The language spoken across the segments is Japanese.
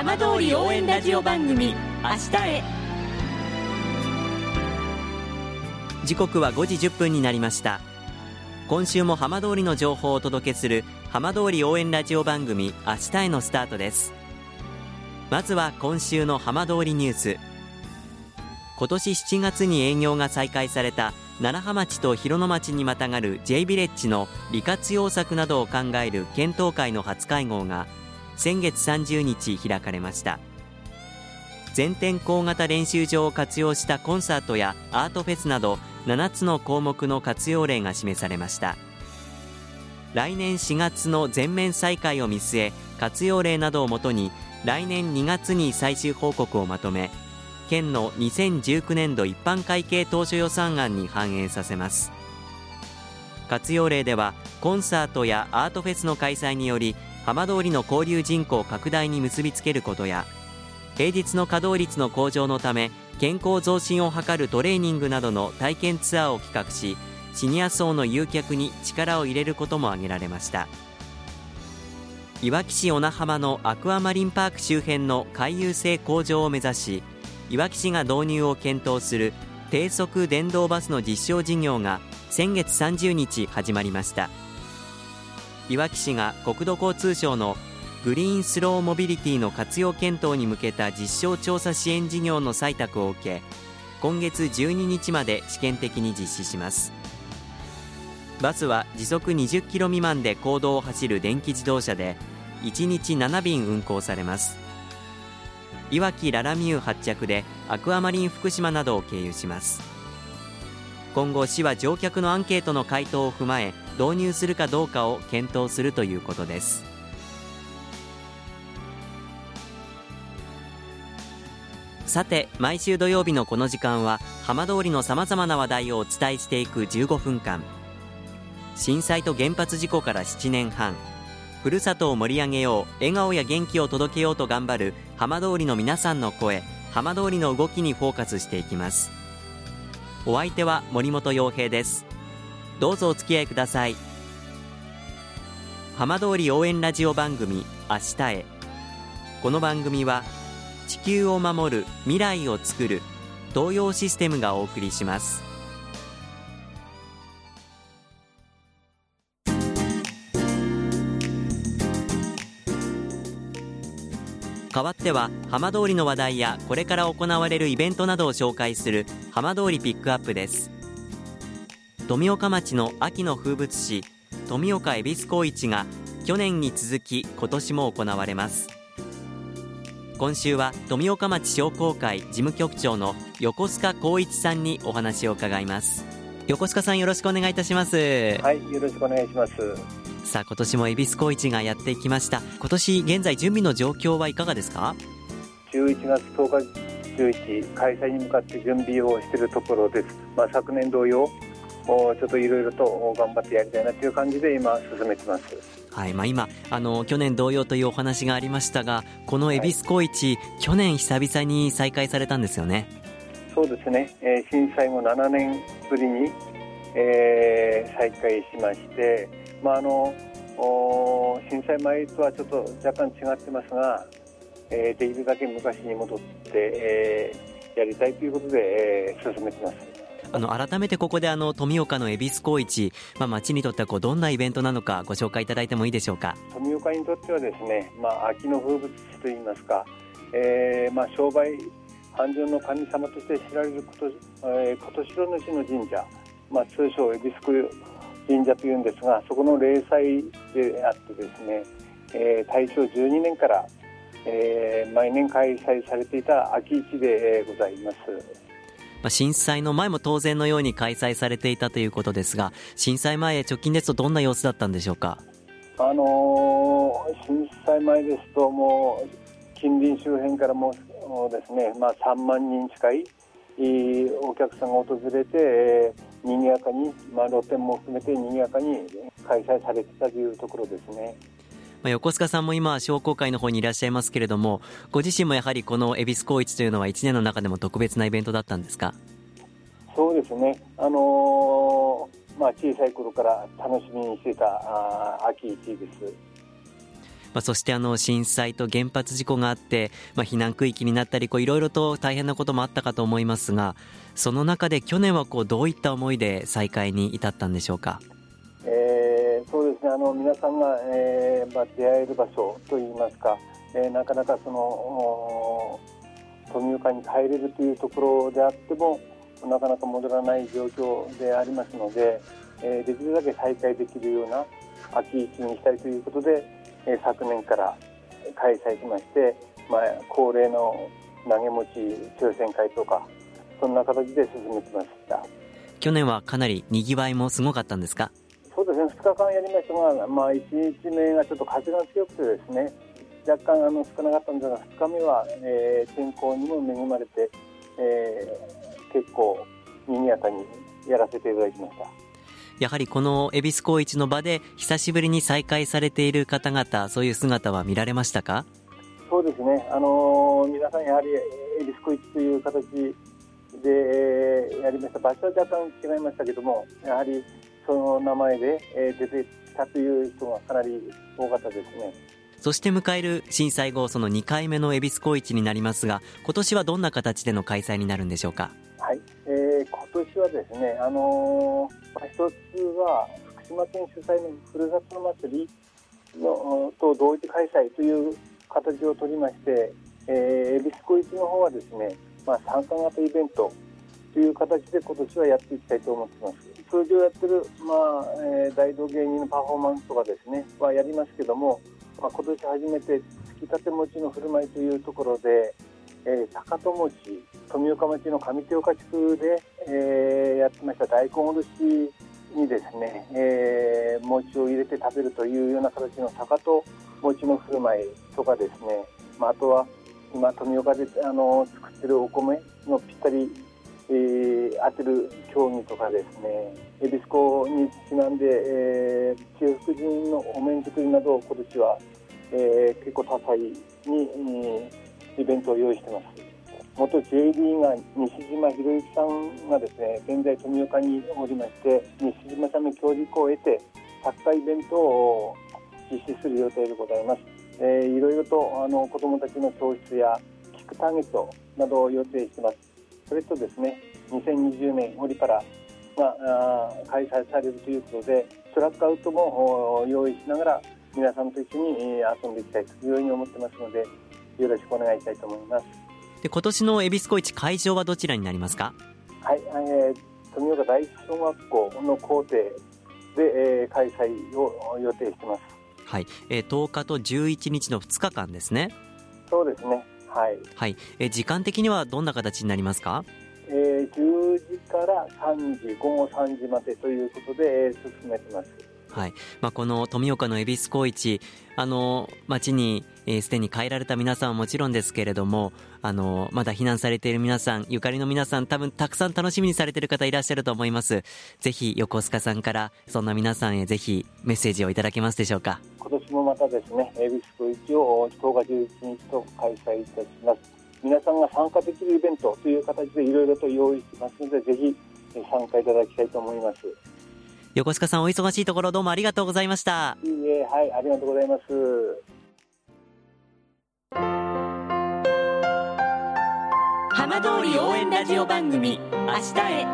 浜通り応援ラジオ番組明日へ。 時刻は5時10分になりました。今週も浜通りの情報をお届けする浜通り応援ラジオ番組明日へのスタートです。まずは今週の浜通りニュース。今年7月に営業が再開された楢葉町と広野町にまたがる J ヴィレッジの利活用策などを考える検討会の初会合が先月30日開かれました。全天候型練習場を活用したコンサートやアートフェスなど7つの項目の活用例が示されました。来年4月の全面再開を見据え、活用例などをもとに来年2月に最終報告をまとめ、県の2019年度一般会計当初予算案に反映させます。活用例ではコンサートやアートフェスの開催により浜通りの交流人口拡大に結びつけることや、平日の稼働率の向上のため健康増進を図るトレーニングなどの体験ツアーを企画し、シニア層の誘客に力を入れることも挙げられました。いわき市小名浜のアクアマリンパーク周辺の回遊性向上を目指し、いわき市が導入を検討する低速電動バスの実証事業が先月30日始まりました。いわき市が国土交通省のグリーンスローモビリティの活用検討に向けた実証調査支援事業の採択を受け、今月12日まで試験的に実施します。バスは時速20キロ未満で公道を走る電気自動車で1日7便運行されます。いわきララミュー発着でアクアマリン福島などを経由します。今後市は乗客のアンケートの回答を踏まえ導入するかどうかを検討するということです。さて、毎週土曜日のこの時間は浜通りのさまざまな話題をお伝えしていく15分間。震災と原発事故から7年半、ふるさとを盛り上げよう、笑顔や元気を届けようと頑張る浜通りの皆さんの声、浜通りの動きにフォーカスしていきます。お相手は森本洋平です。どうぞお付き合いください。浜通り応援ラジオ番組明日へ。この番組は地球を守る、未来をつくる東洋システムがお送りします。代わっては浜通りの話題やこれから行われるイベントなどを紹介する浜通りピックアップです。富岡町の秋の風物詩、富岡えびすこ市が去年に続き今年も行われます。今週は富岡町商工会事務局長の横須賀光一さんにお話を伺います。横須賀さん、よろしくお願いいたします。 はい、よろしくお願いします。 さあ、今年もえびすこ市がやってきました。今年現在準備の状況はいかがですか ？11月10日11日開催に向かって準備をしているところです。昨年同様ちょっといろいろと頑張ってやりたいなという感じで今進めてます。 はい、今去年同様というお話がありましたが、このえびすこ市、去年久々に再開されたんですよね。 そうですね、震災後7年ぶりに、再開しまして、震災前とはちょっと若干違ってますが、できるだけ昔に戻って、やりたいということで、進めてます。 改めてここで富岡のえびすこ市、町にとってはどんなイベントなのかご紹介いただいてもいいでしょうか？ 富岡にとってはですね、秋の風物詩といいますか、商売繁盛の神様として知られる琴代主の神社、通称えびすこ神社というんですが、そこの例祭であってですね、大正12年から、毎年開催されていた秋市でございます。 震災の前も当然のように開催されていたということですが、震災前直近ですとどんな様子だったんでしょうか？ 震災前ですともう近隣周辺からもですね、3万人近いお客さんが訪れて、賑やかに、露店も含めて賑やかに開催されていたというところですね。 横須賀さんも今商工会の方にいらっしゃいますけれども、ご自身もやはりこのえびすこ市というのは1年の中でも特別なイベントだったんですか？ そうですね、小さい頃から楽しみにしていた秋市です。 そして震災と原発事故があって、避難区域になったりいろいろと大変なこともあったかと思いますが、その中で去年はどういった思いで再開に至ったんでしょうか。 そうですね、皆さんが、出会える場所といいますか、なかなか富岡に帰れるというところであってもなかなか戻らない状況でありますので、できるだけ再開できるような秋市にしたいということで、昨年から開催しまして、恒例の投げ餅抽選会とかそんな形で進めてました。 去年はかなりにぎわいもすごかったんですか。 そうですね、2日間やりましたが、1日目がちょっと風が強くてですね、若干少なかったんですが、2日目は、天候にも恵まれて、結構賑やかにやらせていただきました。 やはりこの恵比寿小市の場で久しぶりに再開されている方々、そういう姿は見られましたか。 そうですね、皆さんやはり恵比寿小市という形で、やりました。場所は若干違いましたけども、やはりその名前で、出てきたという人がかなり多かったですね。 そして迎える震災後その2回目の恵比寿小市になりますが、今年はどんな形での開催になるんでしょうか。 はい、今年はですね、一つは福島県主催のふるさと祭りのと同時開催という形をとりまして、恵比寿小市の方はですね、参加型イベントという形で今年はやっていきたいと思っています。通常やってる、大道芸人のパフォーマンスとかですねはやりますけども、今年初めてつきたて餅の振る舞いというところで、高戸餅、富岡町の上手岡地区で、やってました大根おろしにですね、餅を入れて食べるというような形の高戸餅の振る舞いとかですね、あとは今富岡で作ってるお米のぴったり当てる競技とかですね、恵比寿港にちなんで、中福神のお面作りなどを今年は、結構多彩に、イベントを用意しています。元 J リーガー西島博之さんがですね、現在富岡におりまして、西島さんの協力を得てサッカーイベントを実施する予定でございます。いろいろと子どもたちの教室やキックターゲットなどを予定しています。それとですね、2020年折から開催されるということで、トラックアウトも用意しながら皆さんと一緒に遊んでいきたいというふうに思ってますので、よろしくお願いしたいと思います。 で、今年の恵比寿小市会場はどちらになりますか。 はい、富岡第一小学校の校庭で、開催を予定してます。はい、 10日と11日の2日間ですね。 そうですね。はい、 はい。時間的にはどんな形になりますか。 10時から3時、午後3時までということで、進めてます。 はい。この富岡の恵比寿小市、町にすでに帰られた皆さんはもちろんですけれども、まだ避難されている皆さん、ゆかりの皆さん、多分たくさん楽しみにされている方いらっしゃると思います。ぜひ横須賀さんからそんな皆さんへぜひメッセージをいただけますでしょうか。 今年もまたですね、恵比寿小市を10日11日と開催いたします。皆さんが参加できるイベントという形でいろいろと用意してますので、ぜひ参加いただきたいと思います。 横須賀さん、お忙しいところどうもありがとうございました。 いいえ、はい、ありがとうございます。 浜通り応援ラジオ番組、明日へ。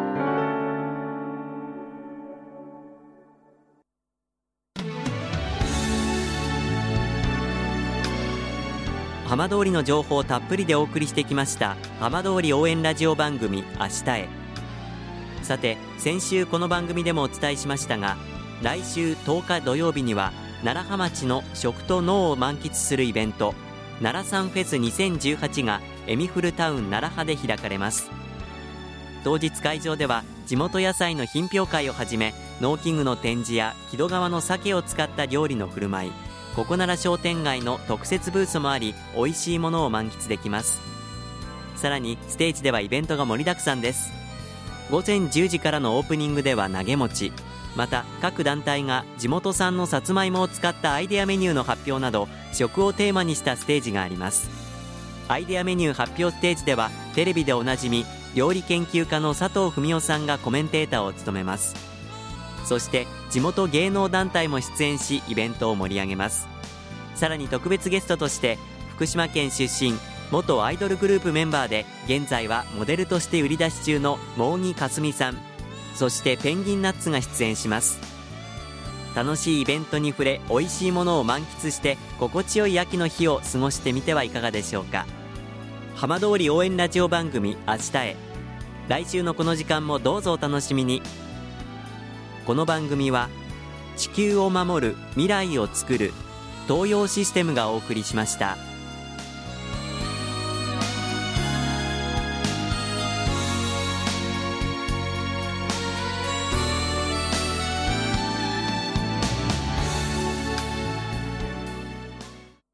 浜通りの情報をたっぷりでお送りしてきました浜通り応援ラジオ番組、明日へ。さて、先週この番組でもお伝えしましたが、来週10日土曜日には楢葉町の食と農を満喫するイベント、奈良産フェス2018がエミフルタウン楢葉で開かれます。当日会場では地元野菜の品評会をはじめ、農機具の展示や木戸川の鮭を使った料理の振る舞い、ここなら商店街の特設ブースもあり、美味しいものを満喫できます。さらにステージではイベントが盛りだくさんです。午前10時からのオープニングでは投げ餅、また各団体が地元産のさつまいもを使ったアイデアメニューの発表など、食をテーマにしたステージがあります。アイデアメニュー発表ステージでは、テレビでおなじみ料理研究家の佐藤文夫さんがコメンテーターを務めます。そして地元芸能団体も出演し、イベントを盛り上げます。 さらに特別ゲストとして福島県出身、元アイドルグループメンバーで現在はモデルとして売り出し中の茂木かすみさん、そしてペンギンナッツが出演します。楽しいイベントに触れ、美味しいものを満喫して心地よい秋の日を過ごしてみてはいかがでしょうか。浜通り応援ラジオ番組明日へ、来週のこの時間もどうぞお楽しみに。この番組は地球を守る、未来をつくる東洋システムがお送りしました。